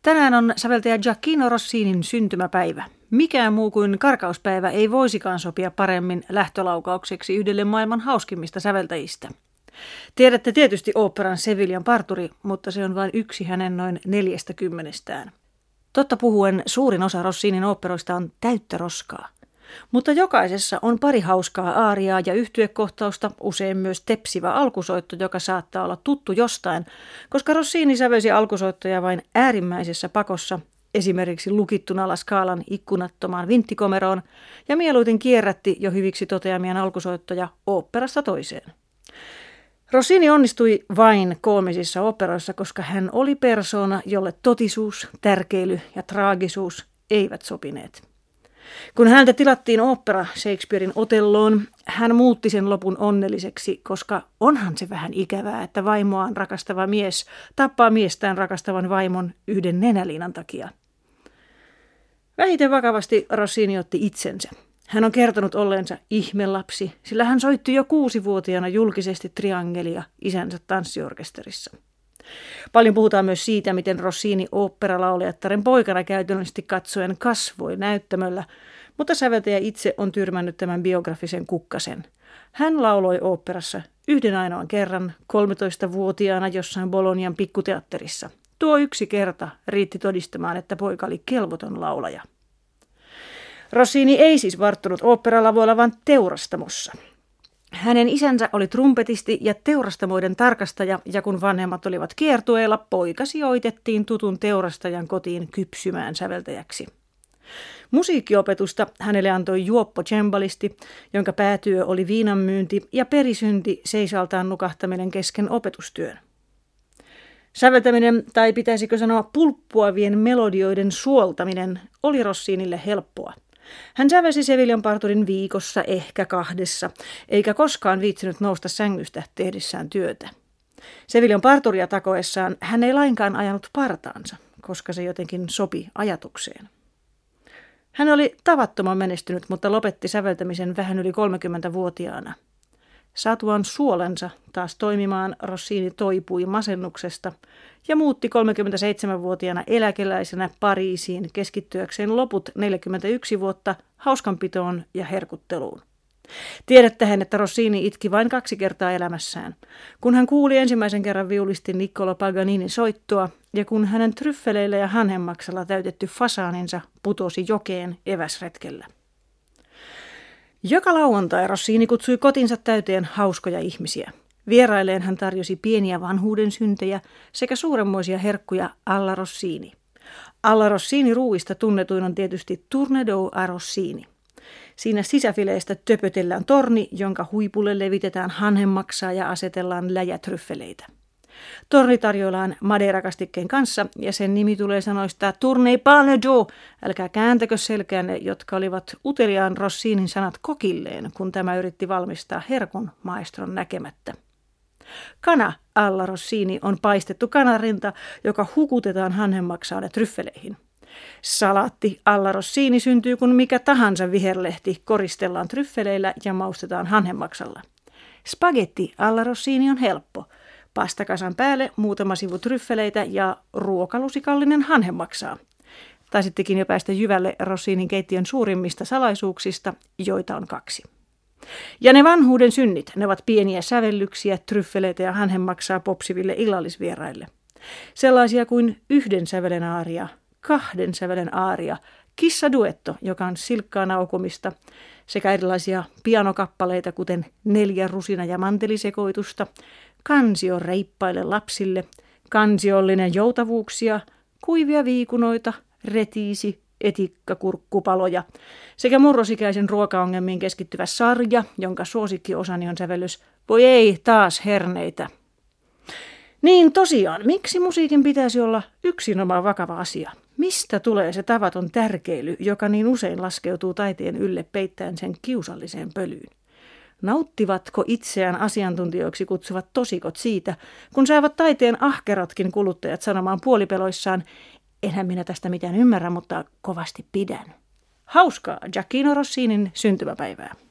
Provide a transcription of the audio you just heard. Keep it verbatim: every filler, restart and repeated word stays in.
Tänään on säveltäjä Gioachino Rossinin syntymäpäivä. Mikään muu kuin Karkauspäivä ei voisikaan sopia paremmin lähtölaukaukseksi yhdelle maailman hauskimmista säveltäjistä. Tiedätte tietysti oopperan Seviljan parturi, mutta se on vain yksi hänen noin neljästä kymmenestään. Totta puhuen suurin osa Rossinin oopperoista on täyttä roskaa. Mutta jokaisessa on pari hauskaa aariaa ja yhtyekohtausta, usein myös tepsivä alkusoitto, joka saattaa olla tuttu jostain, koska Rossini sävelsi alkusoittoja vain äärimmäisessä pakossa, esimerkiksi lukittuna La Scalan ikkunattomaan vinttikomeroon, ja mieluiten kierrätti jo hyviksi toteamien alkusoittoja oopperasta toiseen. Rossini onnistui vain koomisissa oopperoissa, koska hän oli persoona, jolle totisuus, tärkeily ja traagisuus eivät sopineet. Kun häntä tilattiin ooppera Shakespearein Otelloon, hän muutti sen lopun onnelliseksi, koska onhan se vähän ikävää, että vaimoaan rakastava mies tappaa miestään rakastavan vaimon yhden nenäliinan takia. Vähiten vakavasti Rossini otti itsensä. Hän on kertonut olleensa ihmelapsi, sillä hän soitti jo kuusivuotiaana julkisesti triangelia isänsä tanssiorkesterissa. Paljon puhutaan myös siitä, miten Rossini oopperalaulajattaren poikana käytännöllisesti katsoen kasvoi näyttämöllä, mutta säveltäjä itse on tyrmännyt tämän biografisen kukkasen. Hän lauloi oopperassa yhden ainoan kerran kolmetoistavuotiaana jossain Bolognan pikkuteatterissa. Tuo yksi kerta riitti todistamaan, että poika oli kelvoton laulaja. Rossini ei siis varttunut oopperalavoilla, vaan teurastamossa. Hänen isänsä oli trumpetisti ja teurastamoiden tarkastaja, ja kun vanhemmat olivat kiertueella, poika sijoitettiin tutun teurastajan kotiin kypsymään säveltäjäksi. Musiikkiopetusta hänelle antoi juoppo cembalisti, jonka päätyö oli viinanmyynti ja perisynti seisaltaan nukahtaminen kesken opetustyön. Säveltäminen, tai pitäisikö sanoa pulppuavien melodioiden suoltaminen, oli Rossinille helppoa. Hän sävelsi Seviljan parturin viikossa, ehkä kahdessa, eikä koskaan viitsinyt nousta sängystä tehdessään työtä. Seviljan parturia takoessaan hän ei lainkaan ajanut partaansa, koska se jotenkin sopi ajatukseen. Hän oli tavattoman menestynyt, mutta lopetti säveltämisen vähän yli kolmekymmentävuotiaana. Saatuaan suolensa taas toimimaan, Rossini toipui masennuksesta ja muutti kolmekymmentäseitsemänvuotiaana eläkeläisenä Pariisiin keskittyäkseen loput neljäkymmentäyksi vuotta hauskanpitoon ja herkutteluun. Tiedättähän, että Rossini itki vain kaksi kertaa elämässään, kun hän kuuli ensimmäisen kerran viulistin Niccolò Paganinin soittoa ja kun hänen tryffeleillä ja hanhenmaksalla täytetty fasaaninsa putosi jokeen eväsretkellä. Joka lauantai Rossini kutsui kotinsa täyteen hauskoja ihmisiä. Vierailleen hän tarjosi pieniä vanhuuden syntejä sekä suuremmoisia herkkuja alla Rossini. Alla Rossini ruuista tunnetuin on tietysti Tournedos a Rossini. Siinä sisäfileistä töpötellään torni, jonka huipulle levitetään hanhenmaksaa ja asetellaan läjätryffeleitä. Torni tarjoillaan madeirakastikkeen kanssa ja sen nimi tulee sanoista tournez pas le dos, älkää kääntäkö selkäänne, jotka olivat uteliaan Rossinin sanat kokilleen, kun tämä yritti valmistaa herkun maestron näkemättä. Kana alla Rossini on paistettu kanarinta, joka hukutetaan hanhenmaksaan ja tryffeleihin. Salaatti alla Rossini syntyy, kun mikä tahansa viherlehti koristellaan tryffeleillä ja maustetaan hanhenmaksalla. Spagetti alla Rossini on helppo. Pastakasan päälle muutama sivu tryffeleitä ja ruokalusikallinen hanhenmaksaa. Taisittekin jo päästä jyvälle Rossinin keittiön suurimmista salaisuuksista, joita on kaksi. Ja ne vanhuuden synnit, ne ovat pieniä sävellyksiä, tryffeleitä ja hanhenmaksaa popsiville illallisvieraille. Sellaisia kuin yhden sävelen aaria, kahden sävelen aaria, kissaduetto, joka on silkkaa naukomista, sekä erilaisia pianokappaleita, kuten neljä rusina- ja mantelisekoitusta, kansio reippaille lapsille, kansiollinen joutavuuksia, kuivia viikunoita, retiisi, etikka, kurkkupaloja sekä murrosikäisen ruokaongelmiin keskittyvä sarja, jonka suosikkiosani on sävellys "Voi ei, taas herneitä". Niin tosiaan, miksi musiikin pitäisi olla yksinomaan vakava asia? Mistä tulee se tavaton tärkeily, joka niin usein laskeutuu taiteen ylle peittäen sen kiusalliseen pölyyn? Nauttivatko itseään asiantuntijoiksi kutsuvat tosikot siitä, kun saavat taiteen ahkeratkin kuluttajat sanomaan puolipeloissaan, enhän minä tästä mitään ymmärrä, mutta kovasti pidän. Hauskaa Gioachino Rossinin syntymäpäivää.